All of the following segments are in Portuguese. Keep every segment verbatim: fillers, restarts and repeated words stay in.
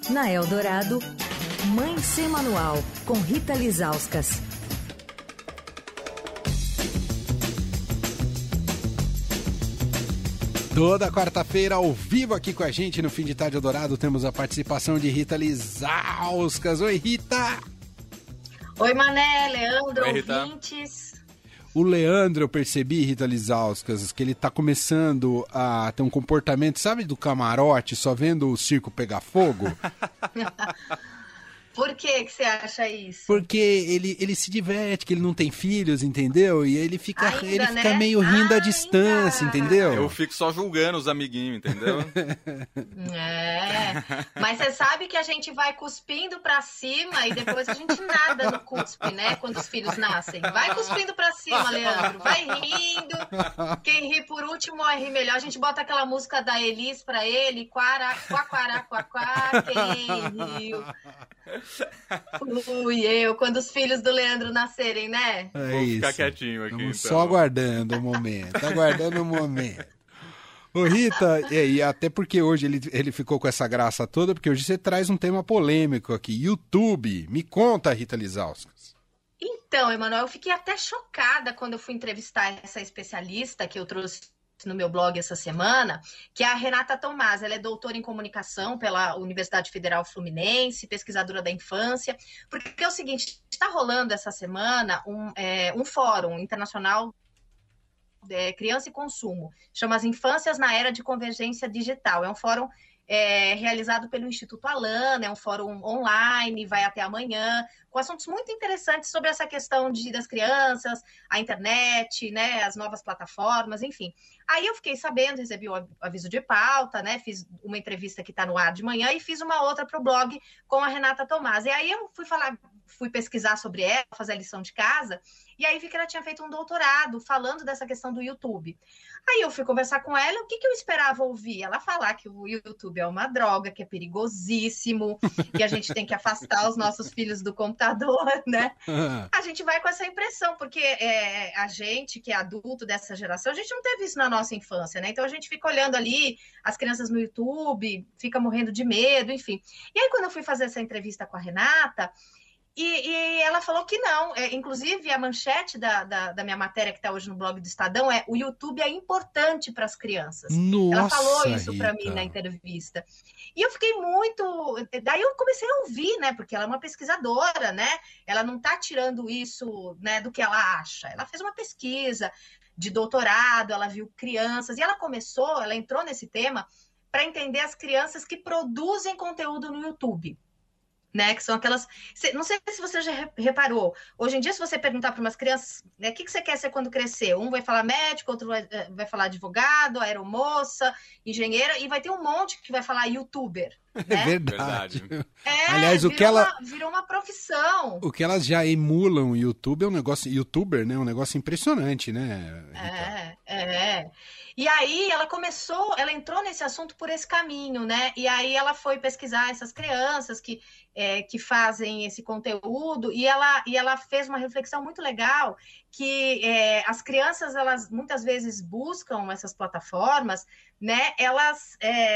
Na Eldorado, Mãe Sem Manual, com Rita Lizauskas. Toda quarta-feira, ao vivo aqui com a gente no Fim de Tarde Eldorado, temos a participação de Rita Lizauskas. Oi, Rita! Oi, Mané, Leandro, Oi, Rita. ouvintes. O Leandro, eu percebi, Rita Lizauskas, que ele tá começando a ter um comportamento, sabe, do camarote, só vendo o circo pegar fogo? Por que que você acha isso? Porque ele, ele se diverte, que ele não tem filhos, entendeu? E ele fica, Ainda, ele né? fica meio rindo à Ainda. distância, entendeu? Eu fico só julgando os amiguinhos, entendeu? É, mas você sabe que a gente vai cuspindo pra cima e depois a gente nada no cuspe, né? Quando os filhos nascem. Vai cuspindo pra cima, Leandro. Vai rindo. Quem ri por último vai rir melhor. A gente bota aquela música da Elis pra ele. Quará, quaquará, quaquá, quem riu. Fui eu, quando os filhos do Leandro nascerem, né? É Vou isso. ficar quietinho aqui, Estamos então. só aguardando o momento, aguardando o momento. Ô Rita, e, e até porque hoje ele, ele ficou com essa graça toda, porque hoje você traz um tema polêmico aqui, YouTube. Me conta, Rita Lizauskas. Então, Emanuel, eu fiquei até chocada quando eu fui entrevistar essa especialista que eu trouxe no meu blog essa semana, que é a Renata Tomás. Ela é doutora em comunicação pela Universidade Federal Fluminense, pesquisadora da infância, porque é o seguinte, está rolando essa semana um, é, um fórum internacional de criança e consumo, chama as Infâncias na Era de Convergência Digital. É um fórum é, realizado pelo Instituto Alana, é um fórum online, vai até amanhã, com assuntos muito interessantes sobre essa questão de, das crianças, a internet, né, as novas plataformas, enfim. Aí eu fiquei sabendo, recebi o aviso de pauta, né, fiz uma entrevista que está no ar de manhã e fiz uma outra para o blog com a Renata Tomás. E aí eu fui falar, fui pesquisar sobre ela, fazer a lição de casa, e aí vi que ela tinha feito um doutorado falando dessa questão do YouTube. Aí eu fui conversar com ela, o que, que eu esperava ouvir? Ela falar que o YouTube é uma droga, que é perigosíssimo, que a gente tem que afastar os nossos filhos do computador, né? A gente vai com essa impressão, porque é, a gente que é adulto dessa geração, a gente não teve isso na nossa infância, né? Então a gente fica olhando ali as crianças no YouTube, fica morrendo de medo, enfim. E aí quando eu fui fazer essa entrevista com a Renata, E, e ela falou que não, é, inclusive a manchete da, da, da minha matéria que está hoje no blog do Estadão é: o YouTube é importante para as crianças. Nossa, ela falou isso para Rita. mim na entrevista. E eu fiquei muito... Daí eu comecei a ouvir, né? Porque ela é uma pesquisadora, né? Ela não está tirando isso, né, do que ela acha. Ela fez uma pesquisa de doutorado, ela viu crianças, e ela começou, ela entrou nesse tema para entender as crianças que produzem conteúdo no YouTube. Né, que são aquelas... Não sei se você já reparou, hoje em dia, se você perguntar para umas crianças, né, o que, que você quer ser quando crescer? Um vai falar médico, outro vai, vai falar advogado, aeromoça, engenheira, e vai ter um monte que vai falar youtuber. Né? É verdade. É, Aliás, o que ela... uma, virou uma profissão. O que elas já emulam o YouTube é um negócio... Youtuber, né? Um negócio impressionante, né, Rita? É, é. E aí ela começou, ela entrou nesse assunto por esse caminho, né? E aí ela foi pesquisar essas crianças que, é, que fazem esse conteúdo, e ela, e ela fez uma reflexão muito legal, que é, as crianças, elas muitas vezes buscam essas plataformas, né? Elas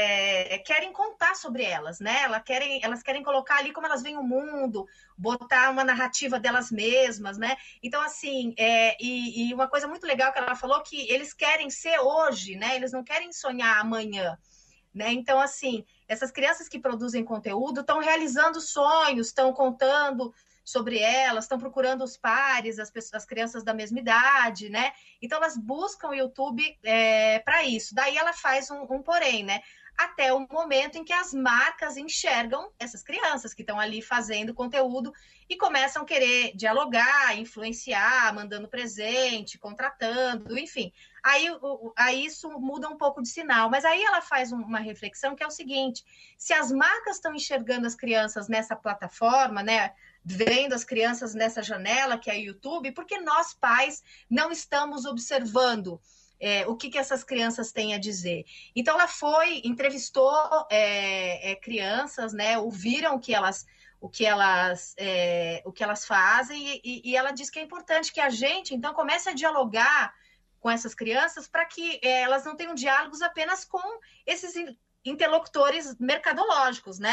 é, querem contar sobre elas, né? Elas querem, elas querem colocar ali como elas veem o mundo, botar uma narrativa delas mesmas, né? Então, assim, é, e, e uma coisa muito legal que ela falou, que eles querem ser hoje, né? Eles não querem sonhar amanhã, né? Então, assim, essas crianças que produzem conteúdo estão realizando sonhos, estão contando sobre elas, estão procurando os pares, as, pessoas, as crianças da mesma idade, né? Então, elas buscam o YouTube é, para isso. Daí ela faz um, um porém, né? Até o momento em que as marcas enxergam essas crianças que estão ali fazendo conteúdo e começam a querer dialogar, influenciar, mandando presente, contratando, enfim. Aí, o, aí isso muda um pouco de sinal. Mas aí ela faz uma reflexão que é o seguinte: se as marcas estão enxergando as crianças nessa plataforma, né, vendo as crianças nessa janela que é o YouTube, por que nós, pais, não estamos observando É, o que, que essas crianças têm a dizer? Então, ela foi, entrevistou é, é, crianças, né, ouviram o que elas, o que elas, é, o que elas fazem, e, e ela diz que é importante que a gente, então, comece a dialogar com essas crianças para que é, elas não tenham diálogos apenas com esses interlocutores mercadológicos, né?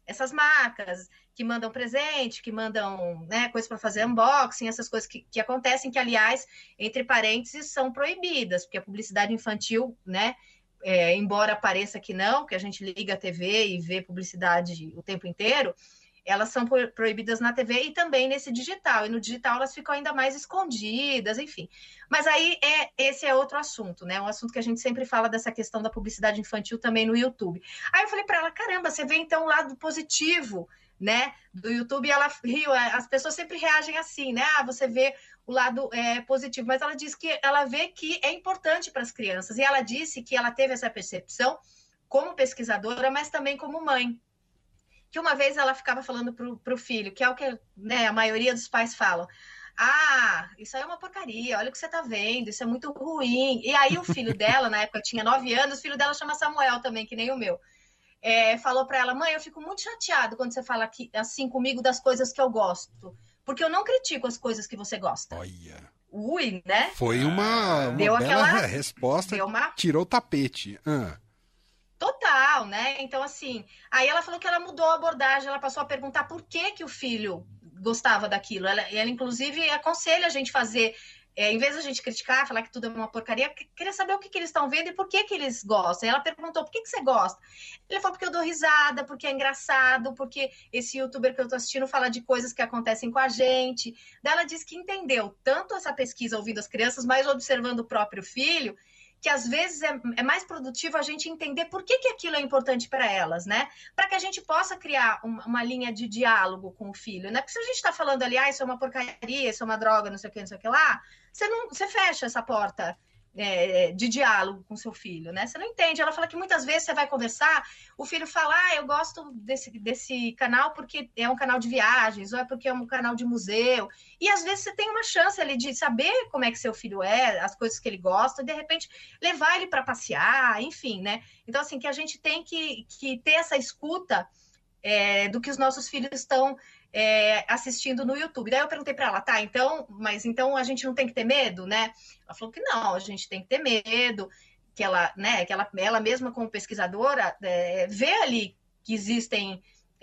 essas marcas que mandam presente, que mandam, né, coisas para fazer unboxing, essas coisas que, que acontecem, que, aliás, entre parênteses, são proibidas, porque a publicidade infantil, né, é, embora pareça que não, que a gente liga a T V e vê publicidade o tempo inteiro, elas são proibidas na T V e também nesse digital, e no digital elas ficam ainda mais escondidas, enfim. Mas aí é, esse é outro assunto, né? Um assunto que a gente sempre fala dessa questão da publicidade infantil também no YouTube. Aí eu falei para ela, caramba, você vê então o lado positivo, né, do YouTube, e ela riu, as pessoas sempre reagem assim, né? Ah, você vê o lado é, positivo, mas ela disse que ela vê que é importante para as crianças, e ela disse que ela teve essa percepção como pesquisadora, mas também como mãe. Que uma vez ela ficava falando para o filho, que é o que, né, a maioria dos pais falam, ah, isso aí é uma porcaria, olha o que você está vendo, isso é muito ruim. E aí o filho dela, na época tinha nove anos, o filho dela chama Samuel também, que nem o meu, é, falou para ela, mãe, eu fico muito chateado quando você fala aqui, assim comigo das coisas que eu gosto, porque eu não critico as coisas que você gosta. Olha. Ui, né? Foi uma, uma deu bela aquela resposta, deu uma... tirou o tapete. Ah. Total, né? Então, assim, aí ela falou que ela mudou a abordagem, ela passou a perguntar por que que o filho gostava daquilo. Ela, ela inclusive, aconselha a gente fazer, é, em vez de a gente criticar, falar que tudo é uma porcaria, queria saber o que, que eles estão vendo e por que que eles gostam. E ela perguntou, por que que você gosta? Ele falou, porque eu dou risada, porque é engraçado, porque esse youtuber que eu tô assistindo fala de coisas que acontecem com a gente. Daí ela disse que entendeu tanto essa pesquisa ouvindo as crianças, mas observando o próprio filho, que às vezes é, é mais produtivo a gente entender por que que aquilo é importante para elas, né? Para que a gente possa criar uma, uma linha de diálogo com o filho, né? Porque se a gente está falando ali, ah, isso é uma porcaria, isso é uma droga, não sei o que, não sei o que lá, você, não, você fecha essa porta é, de diálogo com seu filho, né? Você não entende. Ela fala que muitas vezes você vai conversar, o filho fala, ah, eu gosto desse, desse canal porque é um canal de viagens, ou é porque é um canal de museu, e às vezes você tem uma chance ali de saber como é que seu filho é, as coisas que ele gosta, e de repente levar ele para passear, enfim, né? Então, assim, que a gente tem que, que ter essa escuta é, do que os nossos filhos estão é, assistindo no YouTube. Daí eu perguntei para ela, tá, então, mas então a gente não tem que ter medo, né? Ela falou que não, a gente tem que ter medo, que ela, né, que ela, ela mesma como pesquisadora é, vê ali que existem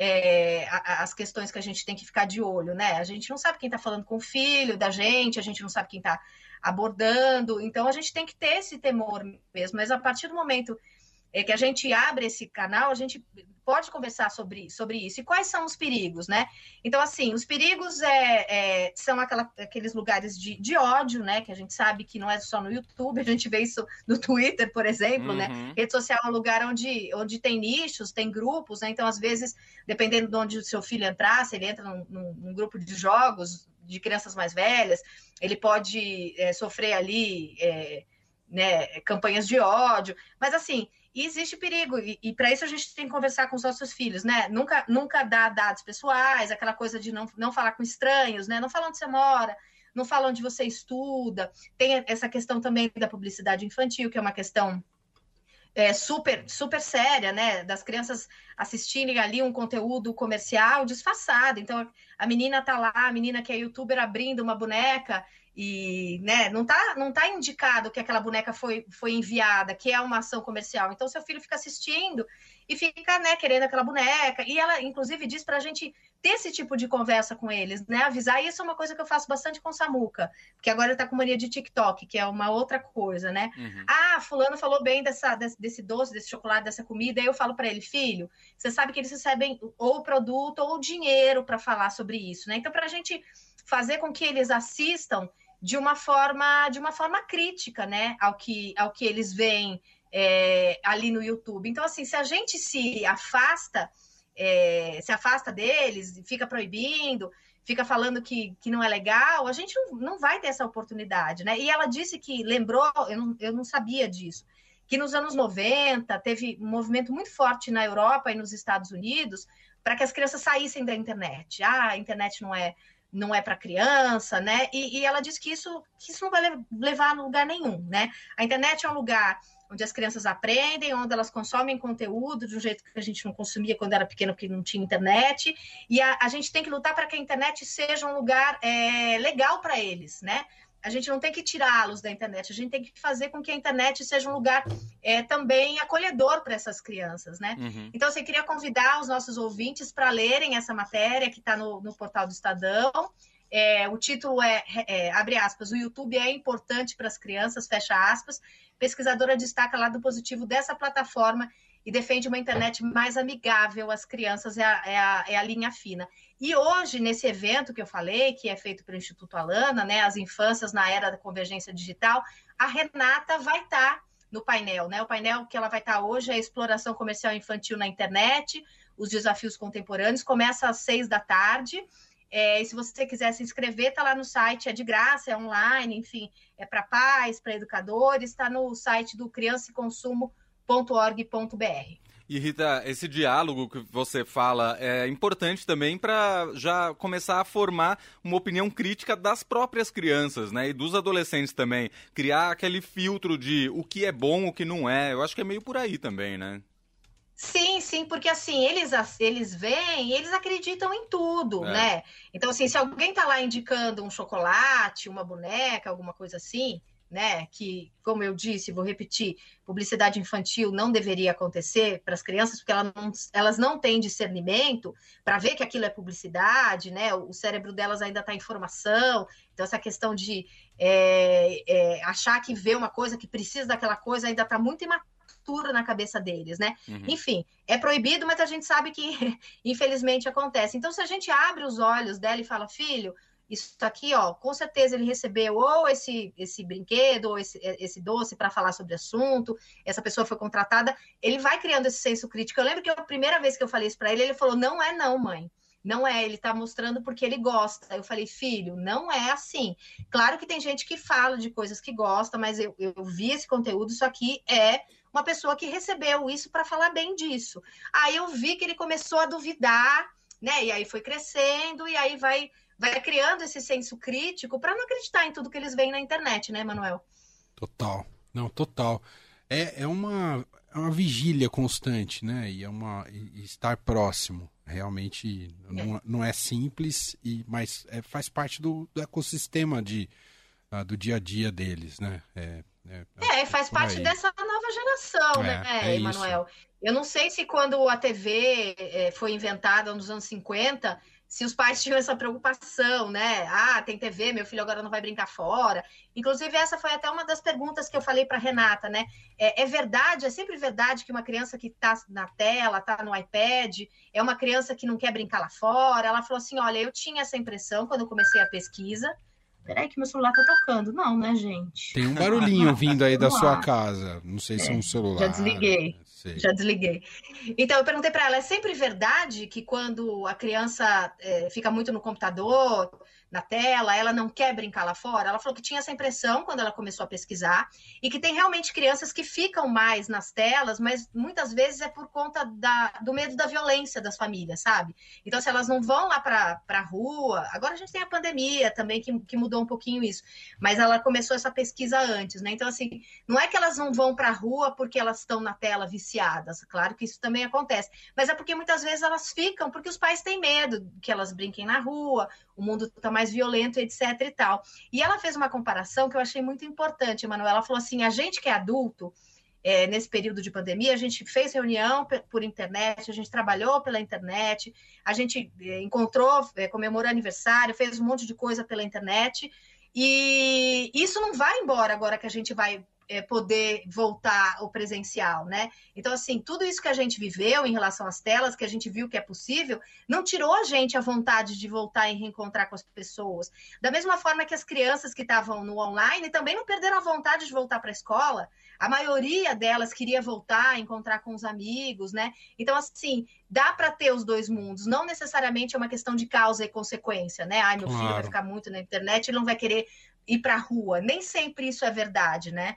é, as questões que a gente tem que ficar de olho, né? A gente não sabe quem está falando com o filho da gente, a gente não sabe quem está abordando, então a gente tem que ter esse temor mesmo, mas a partir do momento é, que a gente abre esse canal, a gente pode conversar sobre, sobre isso. E quais são os perigos, né? Então, assim, os perigos é, é, são aquela, aqueles lugares de, de ódio, né? Que a gente sabe que não é só no YouTube, a gente vê isso no Twitter, por exemplo, uhum. né? Rede social é um lugar onde, onde tem nichos, tem grupos, né? Então, às vezes, dependendo de onde o seu filho entrar, se ele entra num, num, num grupo de jogos de crianças mais velhas, ele pode é, sofrer ali é, né, campanhas de ódio. Mas, assim, existe perigo, e, e para isso a gente tem que conversar com os nossos filhos, né? Nunca, nunca dar dados pessoais, aquela coisa de não, não falar com estranhos, né? Não falar onde você mora, não falar onde você estuda. Tem essa questão também da publicidade infantil, que é uma questão é, super, super séria, né? Das crianças assistirem ali um conteúdo comercial disfarçado. Então, a menina tá lá, a menina que é youtuber abrindo uma boneca e, né, não tá, não tá indicado que aquela boneca foi, foi enviada, que é uma ação comercial. Então, seu filho fica assistindo e fica, né, querendo aquela boneca. E ela, inclusive, diz pra gente ter esse tipo de conversa com eles, né, avisar. E isso é uma coisa que eu faço bastante com o Samuca, porque agora ele tá com mania de TikTok, que é uma outra coisa, né. Uhum. Ah, fulano falou bem dessa, desse, desse doce, desse chocolate, dessa comida. Aí eu falo para ele, filho, você sabe que eles recebem ou produto ou dinheiro para falar sobre isso, né. Então, pra gente fazer com que eles assistam de uma forma, de uma forma crítica, né, ao que, ao que eles veem é, ali no YouTube. Então, assim, se a gente se afasta, é, se afasta deles, fica proibindo, fica falando que, que não é legal, a gente não, não vai ter essa oportunidade, né? E ela disse que, lembrou, eu não, eu não sabia disso, que nos anos noventa teve um movimento muito forte na Europa e nos Estados Unidos para que as crianças saíssem da internet. Ah, a internet não é... não é para criança, né? E, e ela diz que isso, que isso não vai levar a lugar nenhum, né? A internet é um lugar onde as crianças aprendem, onde elas consomem conteúdo de um jeito que a gente não consumia quando era pequeno, porque não tinha internet, e a, a gente tem que lutar para que a internet seja um lugar é, legal para eles, né? a gente não tem que tirá-los da internet, a gente tem que fazer com que a internet seja um lugar é, também acolhedor para essas crianças, né? Uhum. Então, assim, eu queria convidar os nossos ouvintes para lerem essa matéria que está no, no portal do Estadão. É, o título é, é, abre aspas, o YouTube é importante para as crianças, fecha aspas. Pesquisadora destaca lado positivo dessa plataforma e defende uma internet mais amigável às crianças, é a, é, a, é a linha fina. E hoje, nesse evento que eu falei, que é feito pelo Instituto Alana, né, as infâncias na era da convergência digital, a Renata vai estar tá no painel, né? O painel que ela vai estar tá hoje é a exploração comercial infantil na internet, os desafios contemporâneos, começa às seis da tarde. É, e se você quiser se inscrever, está lá no site, é de graça, é online, enfim, é para pais, para educadores, está no site do criança e consumo ponto org ponto b r. E Rita, esse diálogo que você fala é importante também para já começar a formar uma opinião crítica das próprias crianças, né? E dos adolescentes também. Criar aquele filtro de o que é bom, o que não é. Eu acho que é meio por aí também, né? Sim, sim, porque assim, eles, eles veem, eles acreditam em tudo, é. né? Então, assim, se alguém tá lá indicando um chocolate, uma boneca, alguma coisa assim, né? Que, como eu disse, vou repetir, publicidade infantil não deveria acontecer para as crianças, porque elas não, elas não têm discernimento para ver que aquilo é publicidade, né? O cérebro delas ainda está em formação, então essa questão de é, é, achar que vê uma coisa, que precisa daquela coisa, ainda está muito imatura na cabeça deles, né? Uhum. Enfim, é proibido, mas a gente sabe que, infelizmente, acontece. Então, se a gente abre os olhos dela e fala, filho, isso aqui, ó, com certeza ele recebeu ou esse, esse brinquedo, ou esse, esse doce para falar sobre o assunto, essa pessoa foi contratada, ele vai criando esse senso crítico. Eu lembro que a primeira vez que eu falei isso para ele, ele falou, não é não, mãe. Não é, ele tá mostrando porque ele gosta. Eu falei, filho, não é assim. Claro que tem gente que fala de coisas que gosta, mas eu, eu vi esse conteúdo, isso aqui é uma pessoa que recebeu isso para falar bem disso. Aí eu vi que ele começou a duvidar, né? E aí foi crescendo, e aí vai... vai criando esse senso crítico para não acreditar em tudo que eles veem na internet, né, Manuel? Total. Não, total. É, é, uma, é uma vigília constante, né? E é uma e estar próximo. Realmente é. Não, não é simples, e, mas é, faz parte do, do ecossistema de, uh, do dia a dia deles, né? É, é, é faz parte aí. Dessa nova geração, é, né, é Emanuel? Eu não sei se quando a T V é, foi inventada nos anos cinquenta... se os pais tinham essa preocupação, né? Ah, tem T V, meu filho agora não vai brincar fora. Inclusive, essa foi até uma das perguntas que eu falei para a Renata, né? É, é verdade, é sempre verdade que uma criança que está na tela, está no iPad, é uma criança que não quer brincar lá fora? Ela falou assim, olha, eu tinha essa impressão quando eu comecei a pesquisa. Peraí que meu celular tá tocando. Não, né, gente? Tem um barulhinho vindo aí da sua casa. Não sei se é, é um celular. Já desliguei. Sei. Já desliguei. Então, eu perguntei para ela, é sempre verdade que quando a criança é, fica muito no computador, na tela, ela não quer brincar lá fora? Ela falou que tinha essa impressão quando ela começou a pesquisar e que tem realmente crianças que ficam mais nas telas, mas muitas vezes é por conta da, do medo da violência das famílias, sabe? Então, se elas não vão lá para a rua... Agora a gente tem a pandemia também, que, que mudou um pouquinho isso, mas ela começou essa pesquisa antes, né? Então, assim, não é que elas não vão para a rua porque elas estão na tela viciadas, claro que isso também acontece, mas é porque muitas vezes elas ficam porque os pais têm medo que elas brinquem na rua, o mundo está mais violento, etc e tal. E ela fez uma comparação que eu achei muito importante, Emanuela. Ela falou assim, a gente que é adulto, é, nesse período de pandemia, a gente fez reunião por internet, a gente trabalhou pela internet, a gente é, encontrou, é, comemorou aniversário, fez um monte de coisa pela internet, e isso não vai embora agora que a gente vai É, poder voltar ao presencial, né? Então, assim, tudo isso que a gente viveu em relação às telas, que a gente viu que é possível, não tirou a gente a vontade de voltar e reencontrar com as pessoas. Da mesma forma que as crianças que estavam no online também não perderam a vontade de voltar para a escola. A maioria delas queria voltar, encontrar com os amigos, né? Então, assim, dá para ter os dois mundos. Não necessariamente é uma questão de causa e consequência, né? Ai, meu claro. filho vai ficar muito na internet, ele não vai querer ir para a rua. Nem sempre isso é verdade, né?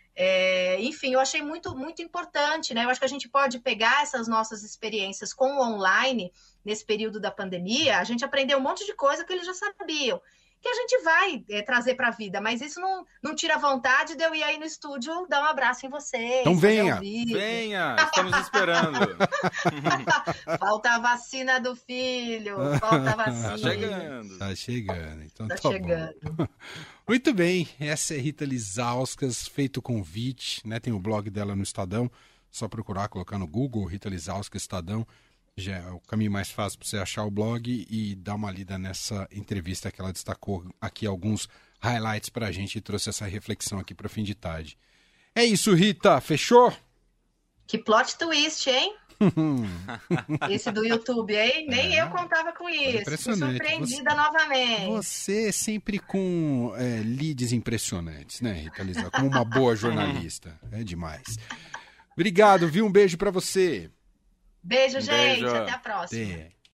É, enfim, eu achei muito, muito importante, né? Eu acho que a gente pode pegar essas nossas experiências com o online nesse período da pandemia, a gente aprendeu um monte de coisa que eles já sabiam, que a gente vai é, trazer para a vida, mas isso não, não tira a vontade de eu ir aí no estúdio dar um abraço em vocês. Então venha, um venha, estamos esperando. Falta a vacina do filho, falta a vacina. Tá chegando. Tá chegando, então tá, tá chegando. Bom. Muito bem, essa é Rita Lizauskas, feito o convite, né? Tem o blog dela no Estadão, só procurar, colocar no Google, Rita Lizauskas Estadão, já é o caminho mais fácil para você achar o blog e dar uma lida nessa entrevista que ela destacou aqui, alguns highlights pra gente e trouxe essa reflexão aqui para o fim de tarde. É isso, Rita, fechou? Que plot twist, hein? Esse do YouTube, hein? Nem é, eu contava com isso. Fui surpreendida você, novamente. Você sempre com é, leads impressionantes, né, Rita Lizauskas? Como uma boa jornalista. É demais. Obrigado, viu? Um beijo pra você. Beijo, gente. Beijo. Até a próxima. Até.